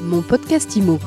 Mon podcast IMO.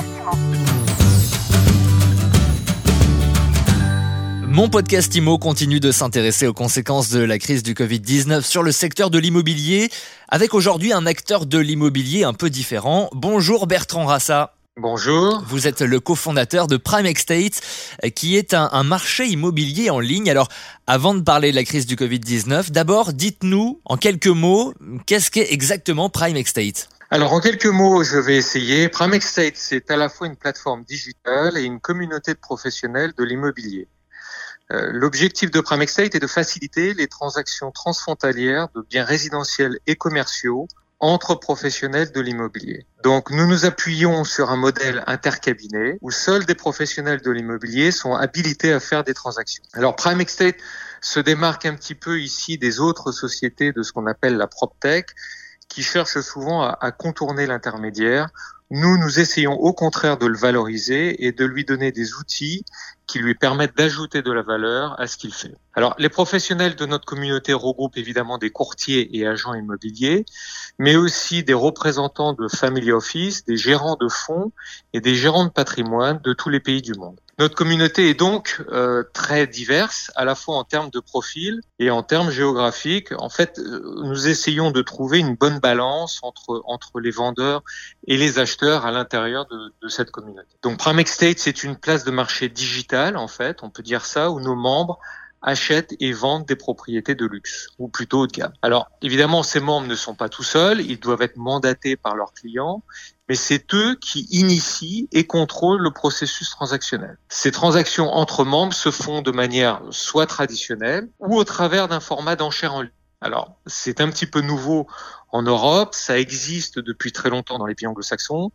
Mon podcast IMO continue de s'intéresser aux conséquences de la crise du Covid-19 sur le secteur de l'immobilier, avec aujourd'hui un acteur de l'immobilier un peu différent. Bonjour Bertrand Rassa. Bonjour. Vous êtes le cofondateur de Prime Estate, qui est un marché immobilier en ligne. Alors, avant de parler de la crise du Covid-19, d'abord, dites-nous en quelques mots, qu'est-ce qu'est exactement Prime Estate ? Alors, en quelques mots, je vais essayer. Prime Estate, c'est à la fois une plateforme digitale et une communauté de professionnels de l'immobilier. L'objectif de Prime Estate est de faciliter les transactions transfrontalières de biens résidentiels et commerciaux entre professionnels de l'immobilier. Donc, nous nous appuyons sur un modèle intercabinet où seuls des professionnels de l'immobilier sont habilités à faire des transactions. Alors, Prime Estate se démarque un petit peu ici des autres sociétés de ce qu'on appelle la PropTech, qui cherchent souvent à contourner l'intermédiaire. Nous essayons au contraire de le valoriser et de lui donner des outils qui lui permettent d'ajouter de la valeur à ce qu'il fait. Alors, les professionnels de notre communauté regroupent évidemment des courtiers et agents immobiliers, mais aussi des représentants de family office, des gérants de fonds et des gérants de patrimoine de tous les pays du monde. Notre communauté est donc très diverse, à la fois en termes de profil et en termes géographiques. En fait, nous essayons de trouver une bonne balance entre les vendeurs et les acheteurs à l'intérieur de cette communauté. Donc, Prime Estate, c'est une place de marché digitale, en fait, on peut dire ça, où nos membres achètent et vendent des propriétés de luxe, ou plutôt haut de gamme. Alors, évidemment, ces membres ne sont pas tout seuls, ils doivent être mandatés par leurs clients, mais c'est eux qui initient et contrôlent le processus transactionnel. Ces transactions entre membres se font de manière soit traditionnelle, ou au travers d'un format d'enchère en ligne. Alors, c'est un petit peu nouveau en Europe, ça existe depuis très longtemps dans les pays anglo-saxons,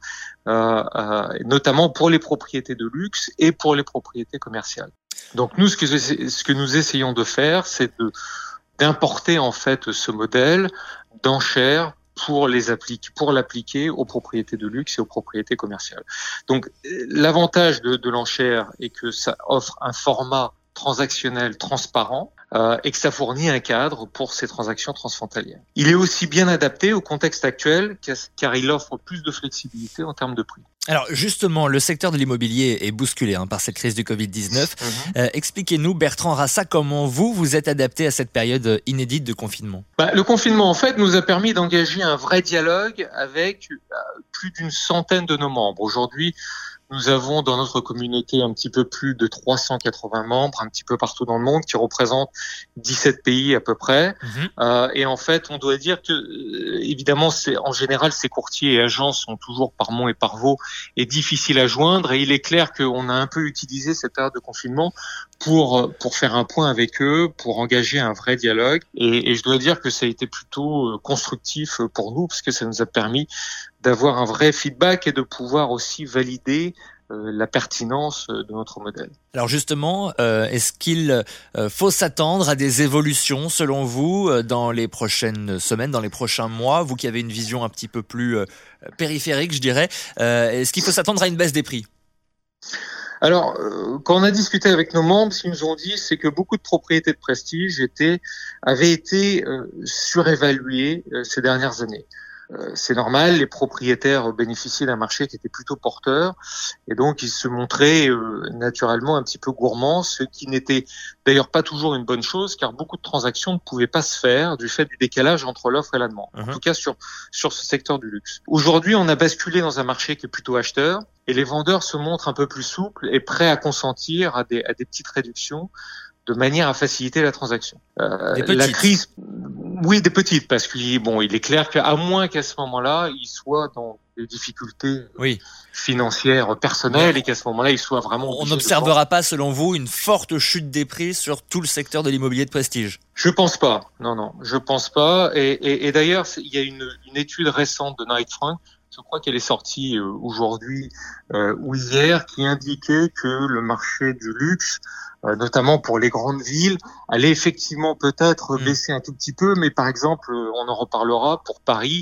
notamment pour les propriétés de luxe et pour les propriétés commerciales. Donc nous, ce que nous essayons de faire, c'est d'importer en fait ce modèle d'enchère pour l'appliquer aux propriétés de luxe et aux propriétés commerciales. Donc l'avantage de l'enchère est que ça offre un format transactionnel transparent et que ça fournit un cadre pour ces transactions transfrontalières. Il est aussi bien adapté au contexte actuel car il offre plus de flexibilité en termes de prix. Alors justement, le secteur de l'immobilier est bousculé par cette crise du Covid-19. Expliquez-nous, Bertrand Rassa, comment vous êtes adapté à cette période inédite de confinement ? Le confinement, en fait, nous a permis d'engager un vrai dialogue avec plus d'une centaine de nos membres. Aujourd'hui, nous avons dans notre communauté un petit peu plus de 380 membres, un petit peu partout dans le monde, qui représentent 17 pays à peu près. Et en fait, on doit dire que, évidemment, en général, ces courtiers et agents sont toujours par Mont et par Vaux et difficiles à joindre. Et il est clair qu'on a un peu utilisé cette période de confinement pour faire un point avec eux, pour engager un vrai dialogue. Et je dois dire que ça a été plutôt constructif pour nous, parce que ça nous a permis d'avoir un vrai feedback et de pouvoir aussi valider la pertinence de notre modèle. Alors justement, est-ce qu'il faut s'attendre à des évolutions selon vous dans les prochaines semaines, dans les prochains mois, vous qui avez une vision un petit peu plus périphérique, je dirais, est-ce qu'il faut s'attendre à une baisse des prix ? Alors, quand on a discuté avec nos membres, ce qu'ils nous ont dit, c'est que beaucoup de propriétés de prestige avaient été surévaluées ces dernières années. C'est normal, les propriétaires bénéficiaient d'un marché qui était plutôt porteur et donc ils se montraient naturellement un petit peu gourmands, ce qui n'était d'ailleurs pas toujours une bonne chose car beaucoup de transactions ne pouvaient pas se faire du fait du décalage entre l'offre et la demande, en tout cas sur ce secteur du luxe. Aujourd'hui, on a basculé dans un marché qui est plutôt acheteur et les vendeurs se montrent un peu plus souples et prêts à consentir à des petites réductions de manière à faciliter la transaction. La crise, oui, des petites, parce qu'il est clair qu'à moins qu'à ce moment-là, ils soient dans des difficultés financières personnelles et qu'à ce moment-là, ils soient vraiment... On n'observera pas, selon vous, une forte chute des prix sur tout le secteur de l'immobilier de prestige ? Je pense pas. Non, je pense pas. Et d'ailleurs, il y a une étude récente de Knight Frank, je crois qu'elle est sortie aujourd'hui ou hier, qui indiquait que le marché du luxe, notamment pour les grandes villes, allait effectivement peut-être baisser un tout petit peu, mais par exemple, on en reparlera pour Paris,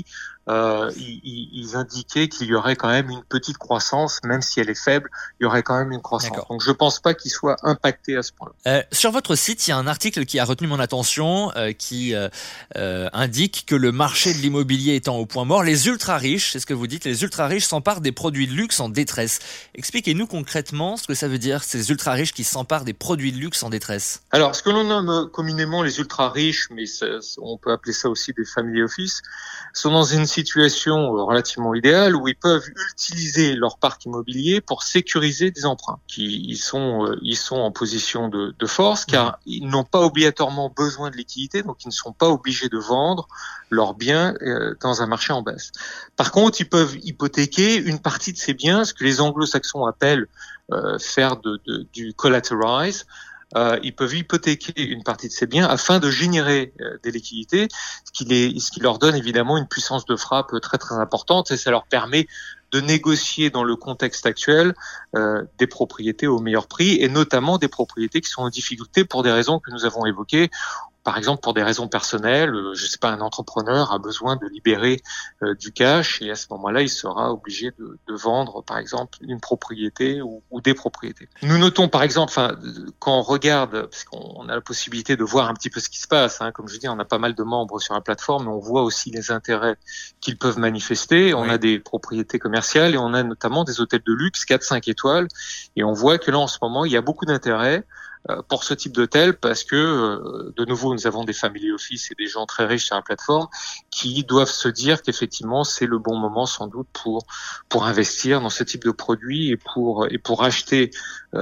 ils indiquaient qu'il y aurait quand même une petite croissance, même si elle est faible, il y aurait quand même une croissance. D'accord. Donc je pense pas qu'il soit impacté à ce point-là. Sur votre site, il y a un article qui a retenu mon attention, qui indique que le marché de l'immobilier étant au point mort, les ultra-riches, c'est ce que vous dites, les ultra-riches s'emparent des produits de luxe en détresse. Expliquez-nous concrètement ce que ça veut dire, ces ultra-riches qui s'emparent des produits de luxe en détresse. Alors, ce que l'on nomme communément les ultra-riches, mais on peut appeler ça aussi des family office, sont dans une situation relativement idéale où ils peuvent utiliser leur parc immobilier pour sécuriser des emprunts. Ils sont en position de force car ils n'ont pas obligatoirement besoin de liquidité, donc ils ne sont pas obligés de vendre leurs biens dans un marché en baisse. Par contre, ils peuvent hypothéquer une partie de ces biens, ce que les anglo-saxons appellent faire du collateralize. Ils peuvent hypothéquer une partie de ces biens afin de générer des liquidités, ce qui leur donne évidemment une puissance de frappe très très importante et ça leur permet de négocier dans le contexte actuel des propriétés au meilleur prix et notamment des propriétés qui sont en difficulté pour des raisons que nous avons évoquées. Par exemple, pour des raisons personnelles, je sais pas, un entrepreneur a besoin de libérer du cash et à ce moment-là, il sera obligé de vendre, par exemple, une propriété ou des propriétés. Nous notons, par exemple, quand on regarde, parce qu'on a la possibilité de voir un petit peu ce qui se passe, comme je dis, on a pas mal de membres sur la plateforme, mais on voit aussi les intérêts qu'ils peuvent manifester. On a des propriétés commerciales et on a notamment des hôtels de luxe 4-5 étoiles et on voit que là, en ce moment, il y a beaucoup d'intérêt pour ce type d'hôtel parce que de nouveau nous avons des family office et des gens très riches sur la plateforme qui doivent se dire qu'effectivement c'est le bon moment sans doute pour investir dans ce type de produits et pour acheter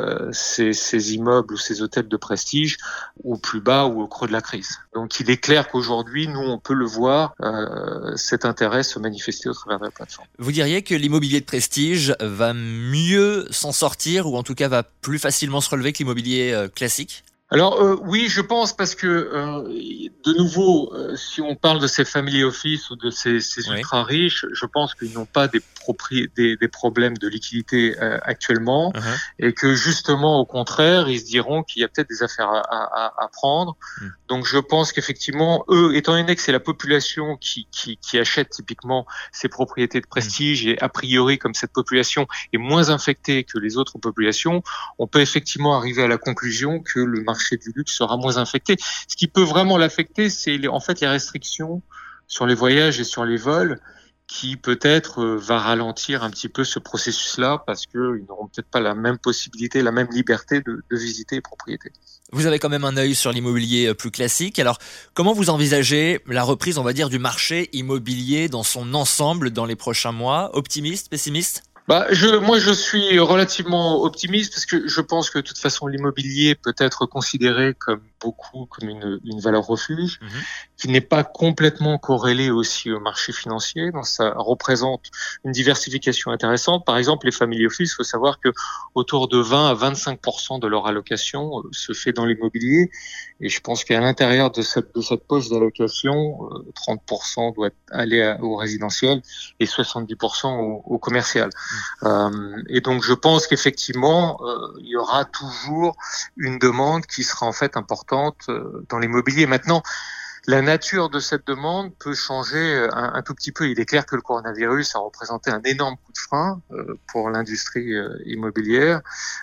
ces immeubles ou ces hôtels de prestige au plus bas ou au creux de la crise. Donc il est clair qu'aujourd'hui nous on peut le voir cet intérêt se manifester au travers de la plateforme. Vous diriez que l'immobilier de prestige va mieux s'en sortir ou en tout cas va plus facilement se relever que l'immobilier classique? Alors oui, je pense parce que de nouveau, si on parle de ces family office ou de ces ultra riches, je pense qu'ils n'ont pas des problèmes de liquidité actuellement et que justement au contraire, ils se diront qu'il y a peut-être des affaires à prendre. Donc je pense qu'effectivement, eux, étant donné que c'est la population qui achète typiquement ces propriétés de prestige et a priori comme cette population est moins infectée que les autres populations, on peut effectivement arriver à la conclusion que le marché du luxe sera moins infecté. Ce qui peut vraiment l'affecter, c'est en fait les restrictions sur les voyages et sur les vols qui peut-être va ralentir un petit peu ce processus-là parce qu'ils n'auront peut-être pas la même possibilité, la même liberté de visiter les propriétés. Vous avez quand même un œil sur l'immobilier plus classique. Alors, comment vous envisagez la reprise, on va dire, du marché immobilier dans son ensemble dans les prochains mois? Optimiste, pessimiste? Moi, je suis relativement optimiste parce que je pense que de toute façon, l'immobilier peut être considéré comme une valeur refuge, qui n'est pas complètement corrélée aussi au marché financier. Donc, ça représente une diversification intéressante. Par exemple, les family office, il faut savoir que autour de 20 à 25% de leur allocation se fait dans l'immobilier. Et je pense qu'à l'intérieur de cette poche d'allocation, 30% doit aller au résidentiel et 70% au commercial. Et donc, je pense qu'effectivement, il y aura toujours une demande qui sera en fait importante dans l'immobilier. Maintenant, la nature de cette demande peut changer un tout petit peu. Il est clair que le coronavirus a représenté un énorme coup de frein pour l'industrie immobilière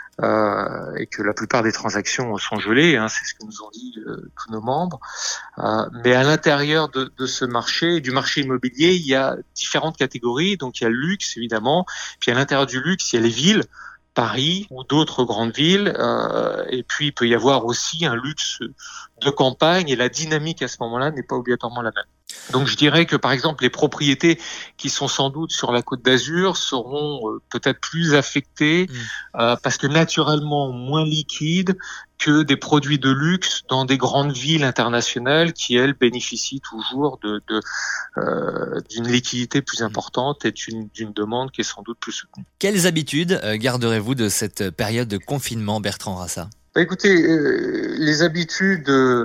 et que la plupart des transactions sont gelées. C'est ce que nous ont dit tous nos membres. Mais à l'intérieur de ce marché, du marché immobilier, il y a différentes catégories. Donc il y a le luxe, évidemment. Puis à l'intérieur du luxe, il y a les villes. Paris ou d'autres grandes villes, et puis il peut y avoir aussi un luxe de campagne et la dynamique à ce moment-là n'est pas obligatoirement la même. Donc je dirais que par exemple les propriétés qui sont sans doute sur la Côte d'Azur seront peut-être plus affectées parce que naturellement moins liquides que des produits de luxe dans des grandes villes internationales qui elles bénéficient toujours d'une liquidité plus importante et d'une demande qui est sans doute plus soutenue. Quelles habitudes garderez-vous de cette période de confinement, Bertrand Rassa? Écoutez, les habitudes,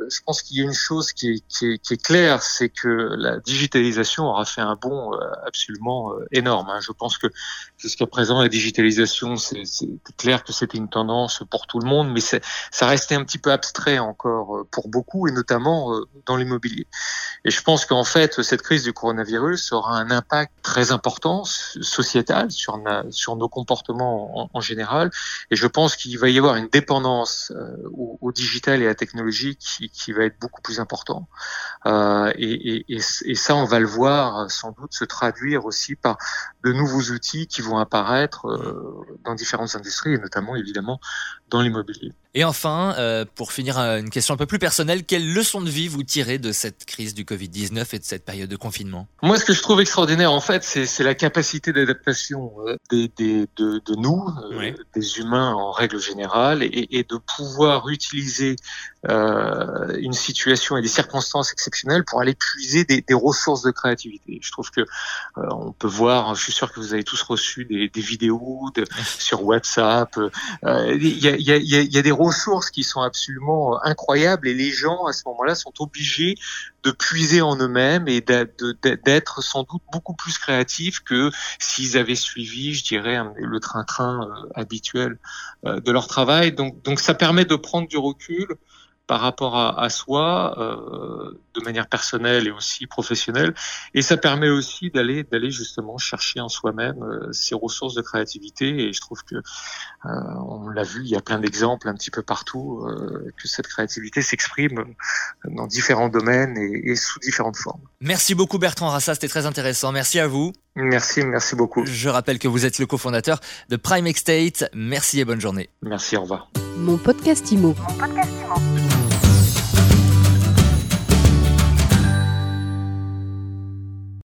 je pense qu'il y a une chose qui est claire, c'est que la digitalisation aura fait un bond absolument énorme. Je pense que jusqu'à présent, la digitalisation, c'est clair que c'était une tendance pour tout le monde, mais ça restait un petit peu abstrait encore pour beaucoup, et notamment dans l'immobilier. Et je pense qu'en fait, cette crise du coronavirus aura un impact très important sociétal sur nos comportements en général. Et je pense qu'il va y avoir une dépendance au digital et à la technologie qui va être beaucoup plus important. Et ça, on va le voir sans doute se traduire aussi par de nouveaux outils qui vont apparaître dans différentes industries, et notamment évidemment dans l'immobilier. Et enfin, pour finir, une question un peu plus personnelle, quelle leçon de vie vous tirez de cette crise du Covid-19 et de cette période de confinement ? Moi, ce que je trouve extraordinaire, en fait, c'est la capacité d'adaptation de nous, oui, des humains en règle générale, et de pouvoir utiliser une situation et des circonstances exceptionnelles pour aller puiser des ressources de créativité. Je trouve que on peut voir, je suis sûr que vous avez tous reçu des vidéos sur WhatsApp. Il y a des ressources qui sont absolument incroyables, et les gens à ce moment-là sont obligés de puiser en eux-mêmes et d'être sans doute beaucoup plus créatifs que s'ils avaient suivi, je dirais, le train-train habituel de leur travail. Donc ça permet de prendre du recul par rapport à soi, de manière personnelle et aussi professionnelle, et ça permet aussi d'aller justement chercher en soi-même ces ressources de créativité. Et je trouve que on l'a vu, il y a plein d'exemples un petit peu partout que cette créativité s'exprime dans différents domaines et sous différentes formes. Merci beaucoup Bertrand Rassa, c'était très intéressant. Merci à vous. Merci beaucoup. Je rappelle que vous êtes le cofondateur de Prime Estate. Merci et bonne journée. Merci, au revoir. Mon podcast IMO.